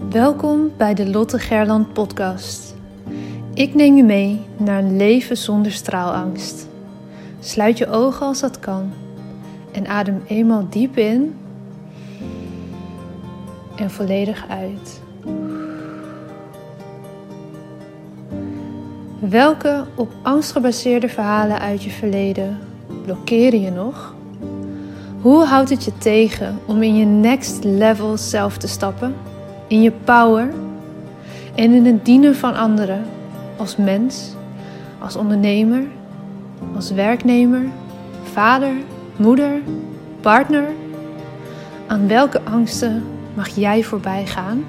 Welkom bij de Lotte Gerland podcast. Ik neem je mee naar een leven zonder straalangst. Sluit je ogen als dat kan en adem eenmaal diep in en volledig uit. Welke op angst gebaseerde verhalen uit je verleden blokkeren je nog? Hoe houdt het je tegen om in je next level zelf te stappen? In je power en in het dienen van anderen als mens, als ondernemer, als werknemer, vader, moeder, partner? Aan welke angsten mag jij voorbij gaan?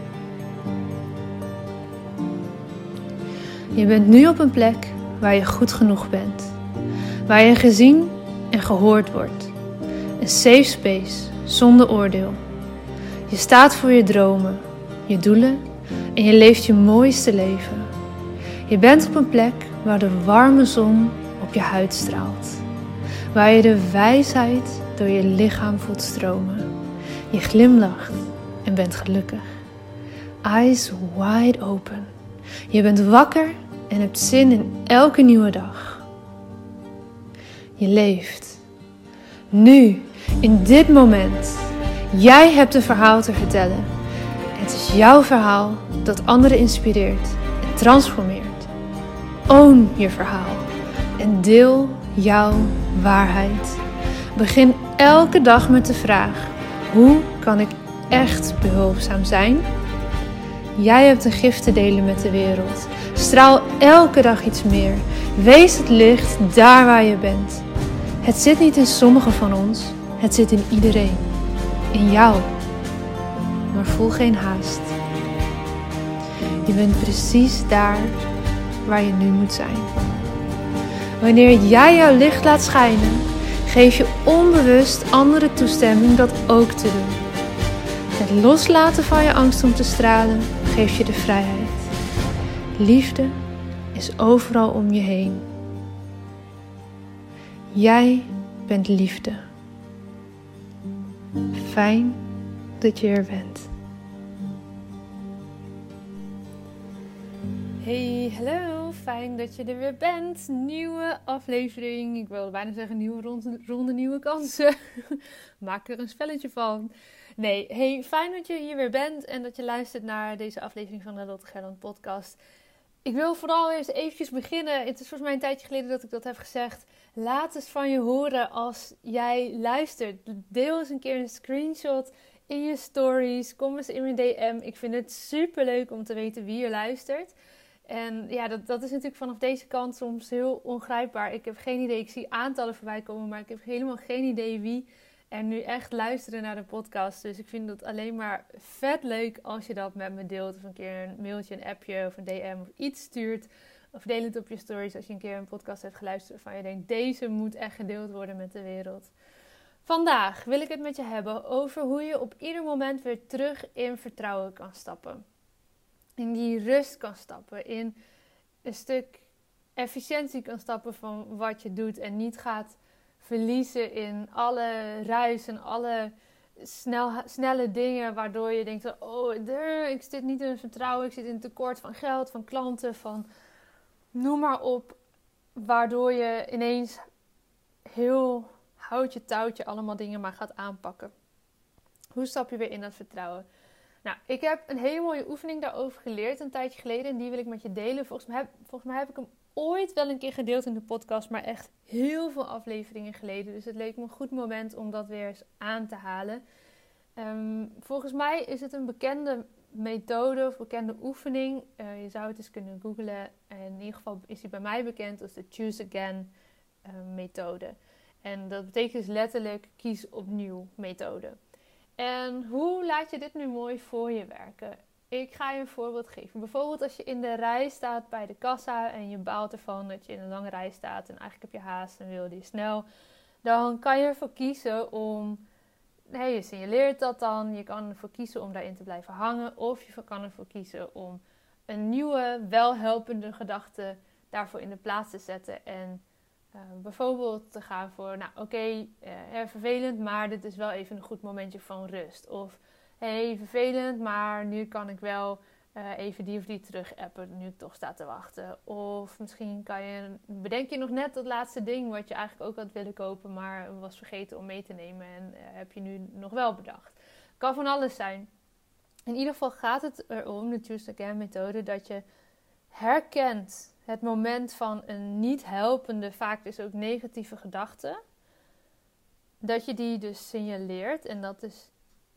Je bent nu op een plek waar je goed genoeg bent, waar je gezien en gehoord wordt. Een safe space zonder oordeel. Je staat voor je dromen, je doelen en je leeft je mooiste leven. Je bent op een plek waar de warme zon op je huid straalt. Waar je de wijsheid door je lichaam voelt stromen. Je glimlacht en bent gelukkig. Eyes wide open. Je bent wakker en hebt zin in elke nieuwe dag. Je leeft. Nu, in dit moment. Jij hebt een verhaal te vertellen. Het is jouw verhaal dat anderen inspireert en transformeert. Own je verhaal en deel jouw waarheid. Begin elke dag met de vraag: hoe kan ik echt behulpzaam zijn? Jij hebt een gift te delen met de wereld. Straal elke dag iets meer. Wees het licht daar waar je bent. Het zit niet in sommigen van ons, het zit in iedereen. In jou. Maar voel geen haast. Je bent precies daar waar je nu moet zijn. Wanneer jij jouw licht laat schijnen, geef je onbewust anderen toestemming dat ook te doen. Het loslaten van je angst om te stralen geeft je de vrijheid. Liefde is overal om je heen. Jij bent liefde. Fijn dat je er bent. Hey, hallo. Fijn dat je er weer bent. Nieuwe aflevering. Ik wilde bijna zeggen nieuwe ronde nieuwe kansen. Maak er een spelletje van. Nee, hey, fijn dat je hier weer bent en dat je luistert naar deze aflevering van de Lotte Gerland podcast. Ik wil vooral eerst eventjes beginnen. Het is volgens mij een tijdje geleden dat ik dat heb gezegd. Laat eens van je horen als jij luistert. Deel eens een keer een screenshot in je stories. Kom eens in mijn DM. Ik vind het super leuk om te weten wie je luistert. En ja, dat is natuurlijk vanaf deze kant soms heel ongrijpbaar. Ik heb geen idee. Ik zie aantallen voorbij komen, maar ik heb helemaal geen idee wie er nu echt luisteren naar de podcast. Dus ik vind het alleen maar vet leuk als je dat met me deelt. Of een keer een mailtje, een appje of een DM of iets stuurt. Of deel het op je stories als je een keer een podcast hebt geluisterd waarvan je denkt, deze moet echt gedeeld worden met de wereld. Vandaag wil ik het met je hebben over hoe je op ieder moment weer terug in vertrouwen kan stappen. In die rust kan stappen. In een stuk efficiëntie kan stappen van wat je doet. En niet gaat verliezen in alle ruis en alle snelle dingen. Waardoor je denkt, ik zit niet in vertrouwen. Ik zit in tekort van geld, van klanten, van noem maar op. Waardoor je ineens heel houtje touwtje allemaal dingen maar gaat aanpakken. Hoe stap je weer in dat vertrouwen? Nou, ik heb een hele mooie oefening daarover geleerd een tijdje geleden. En die wil ik met je delen. Volgens mij heb ik hem ooit wel een keer gedeeld in de podcast. Maar echt heel veel afleveringen geleden. Dus het leek me een goed moment om dat weer eens aan te halen. Volgens mij is het een bekende methode of bekende oefening. Je zou het eens kunnen googlen. En in ieder geval is die bij mij bekend als de Choose Again methode. En dat betekent dus letterlijk kies opnieuw methode. En hoe laat je dit nu mooi voor je werken? Ik ga je een voorbeeld geven. Bijvoorbeeld als je in de rij staat bij de kassa en je baalt ervan dat je in een lange rij staat en eigenlijk heb je haast en wilde je snel. Dan kan je ervoor kiezen om, je signaleert dat dan. Je kan ervoor kiezen om daarin te blijven hangen. Of je kan ervoor kiezen om een nieuwe, welhelpende gedachte daarvoor in de plaats te zetten. En bijvoorbeeld te gaan voor, vervelend, maar dit is wel even een goed momentje van rust. Of hey, vervelend, maar nu kan ik wel even die of die terug appen nu ik toch sta te wachten. Of misschien bedenk je nog net dat laatste ding wat je eigenlijk ook had willen kopen, maar was vergeten om mee te nemen en heb je nu nog wel bedacht. Kan van alles zijn. In ieder geval gaat het erom, de Choose Again methode, dat je herkent het moment van een niet helpende, vaak dus ook negatieve gedachte. Dat je die dus signaleert en dat is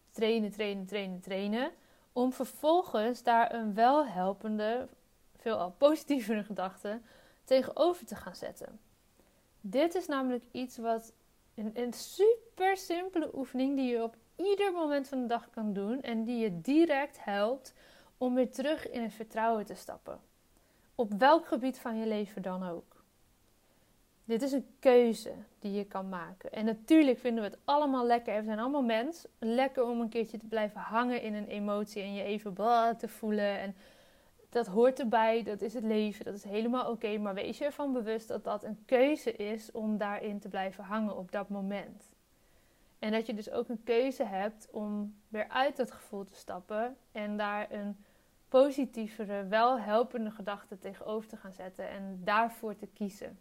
trainen. Om vervolgens daar een welhelpende, veelal positievere gedachte tegenover te gaan zetten. Dit is namelijk iets wat een super simpele oefening die je op ieder moment van de dag kan doen. En die je direct helpt om weer terug in het vertrouwen te stappen. Op welk gebied van je leven dan ook. Dit is een keuze die je kan maken. En natuurlijk vinden we het allemaal lekker. We zijn allemaal mens. Lekker om een keertje te blijven hangen in een emotie. En je even te voelen. En dat hoort erbij. Dat is het leven. Dat is helemaal oké. Maar wees je ervan bewust dat dat een keuze is om daarin te blijven hangen op dat moment. En dat je dus ook een keuze hebt om weer uit dat gevoel te stappen. En daar een positievere, welhelpende gedachte tegenover te gaan zetten. En daarvoor te kiezen.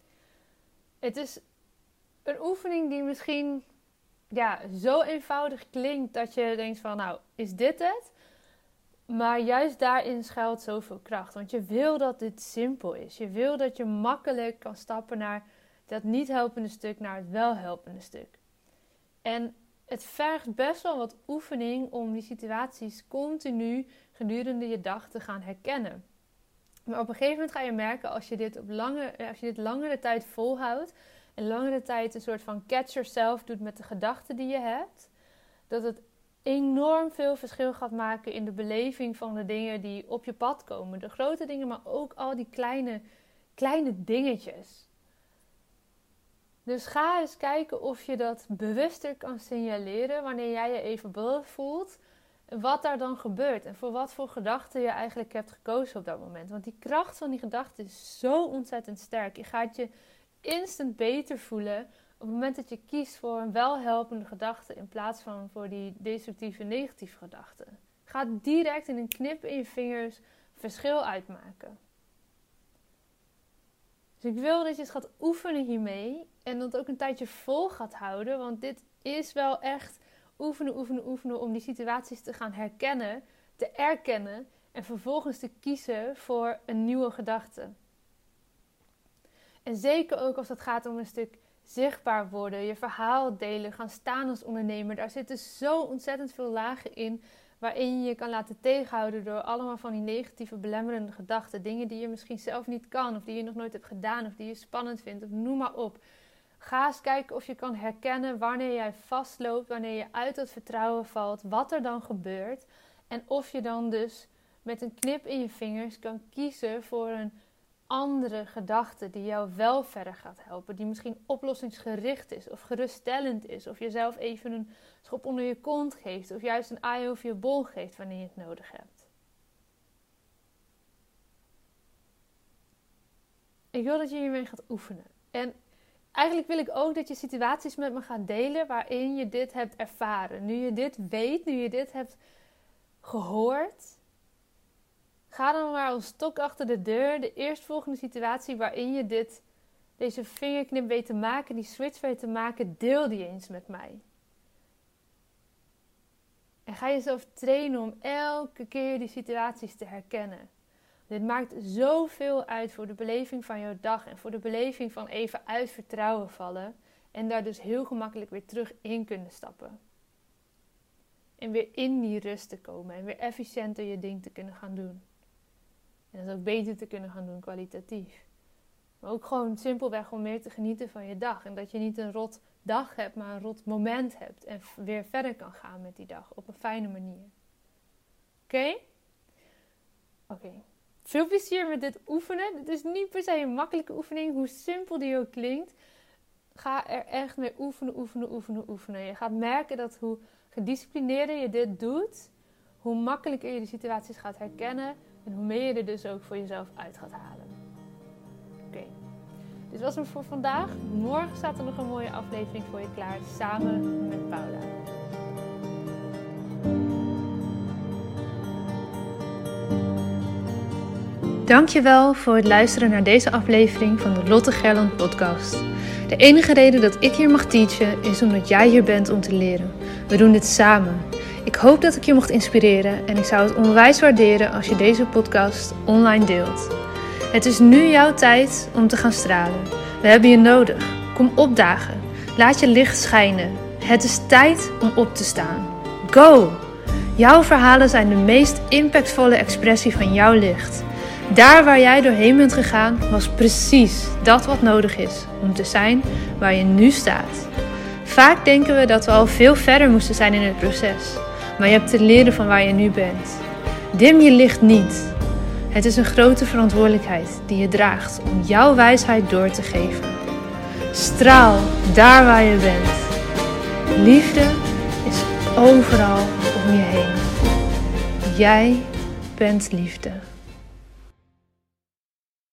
Het is een oefening die misschien zo eenvoudig klinkt dat je denkt van nou, is dit het? Maar juist daarin schuilt zoveel kracht. Want je wil dat dit simpel is. Je wil dat je makkelijk kan stappen naar dat niet helpende stuk, naar het wel helpende stuk. En het vergt best wel wat oefening om die situaties continu gedurende je dag te gaan herkennen. Maar op een gegeven moment ga je merken als je dit langere tijd volhoudt en langere tijd een soort van catch yourself doet met de gedachten die je hebt, dat het enorm veel verschil gaat maken in de beleving van de dingen die op je pad komen. De grote dingen, maar ook al die kleine dingetjes. Dus ga eens kijken of je dat bewuster kan signaleren wanneer jij je even voelt. Wat daar dan gebeurt en voor wat voor gedachten je eigenlijk hebt gekozen op dat moment. Want die kracht van die gedachte is zo ontzettend sterk. Je gaat je instant beter voelen op het moment dat je kiest voor een welhelpende gedachte in plaats van voor die destructieve negatieve gedachte. Gaat direct in een knip in je vingers verschil uitmaken. Dus ik wil dat je het gaat oefenen hiermee en dat ook een tijdje vol gaat houden, want dit is wel echt oefenen om die situaties te gaan herkennen, te erkennen en vervolgens te kiezen voor een nieuwe gedachte. En zeker ook als het gaat om een stuk zichtbaar worden, je verhaal delen, gaan staan als ondernemer. Daar zitten zo ontzettend veel lagen in waarin je je kan laten tegenhouden door allemaal van die negatieve belemmerende gedachten. Dingen die je misschien zelf niet kan of die je nog nooit hebt gedaan of die je spannend vindt of noem maar op. Ga eens kijken of je kan herkennen wanneer jij vastloopt, wanneer je uit dat vertrouwen valt, wat er dan gebeurt. En of je dan dus met een knip in je vingers kan kiezen voor een andere gedachte die jou wel verder gaat helpen. Die misschien oplossingsgericht is of geruststellend is. Of jezelf even een schop onder je kont geeft. Of juist een aai over je bol geeft wanneer je het nodig hebt. Ik wil dat je hiermee gaat oefenen. En eigenlijk wil ik ook dat je situaties met me gaat delen waarin je dit hebt ervaren. Nu je dit weet, nu je dit hebt gehoord, ga dan maar als stok achter de deur de eerstvolgende situatie waarin je deze vingerknip weet te maken, die switch weet te maken, deel die eens met mij. En ga jezelf trainen om elke keer die situaties te herkennen. Dit maakt zoveel uit voor de beleving van jouw dag en voor de beleving van even uit vertrouwen vallen en daar dus heel gemakkelijk weer terug in kunnen stappen. En weer in die rust te komen en weer efficiënter je ding te kunnen gaan doen. En dat ook beter te kunnen gaan doen kwalitatief. Maar ook gewoon simpelweg om meer te genieten van je dag. En dat je niet een rot dag hebt, maar een rot moment hebt. En weer verder kan gaan met die dag op een fijne manier. Oké? Oké. Veel plezier met dit oefenen. Het is niet per se een makkelijke oefening, hoe simpel die ook klinkt. Ga er echt mee oefenen. Je gaat merken dat hoe gedisciplineerder je dit doet, hoe makkelijker je de situaties gaat herkennen en hoe meer je er dus ook voor jezelf uit gaat halen. Oké. Dit was hem voor vandaag. Morgen staat er nog een mooie aflevering voor je klaar, samen met Paula. Dankjewel voor het luisteren naar deze aflevering van de Lotte Gerland podcast. De enige reden dat ik hier mag teachen is omdat jij hier bent om te leren. We doen dit samen. Ik hoop dat ik je mocht inspireren en ik zou het onwijs waarderen als je deze podcast online deelt. Het is nu jouw tijd om te gaan stralen. We hebben je nodig. Kom opdagen. Laat je licht schijnen. Het is tijd om op te staan. Go! Jouw verhalen zijn de meest impactvolle expressie van jouw licht. Daar waar jij doorheen bent gegaan, was precies dat wat nodig is om te zijn waar je nu staat. Vaak denken we dat we al veel verder moesten zijn in het proces, maar je hebt te leren van waar je nu bent. Dim je licht niet. Het is een grote verantwoordelijkheid die je draagt om jouw wijsheid door te geven. Straal daar waar je bent. Liefde is overal om je heen. Jij bent liefde.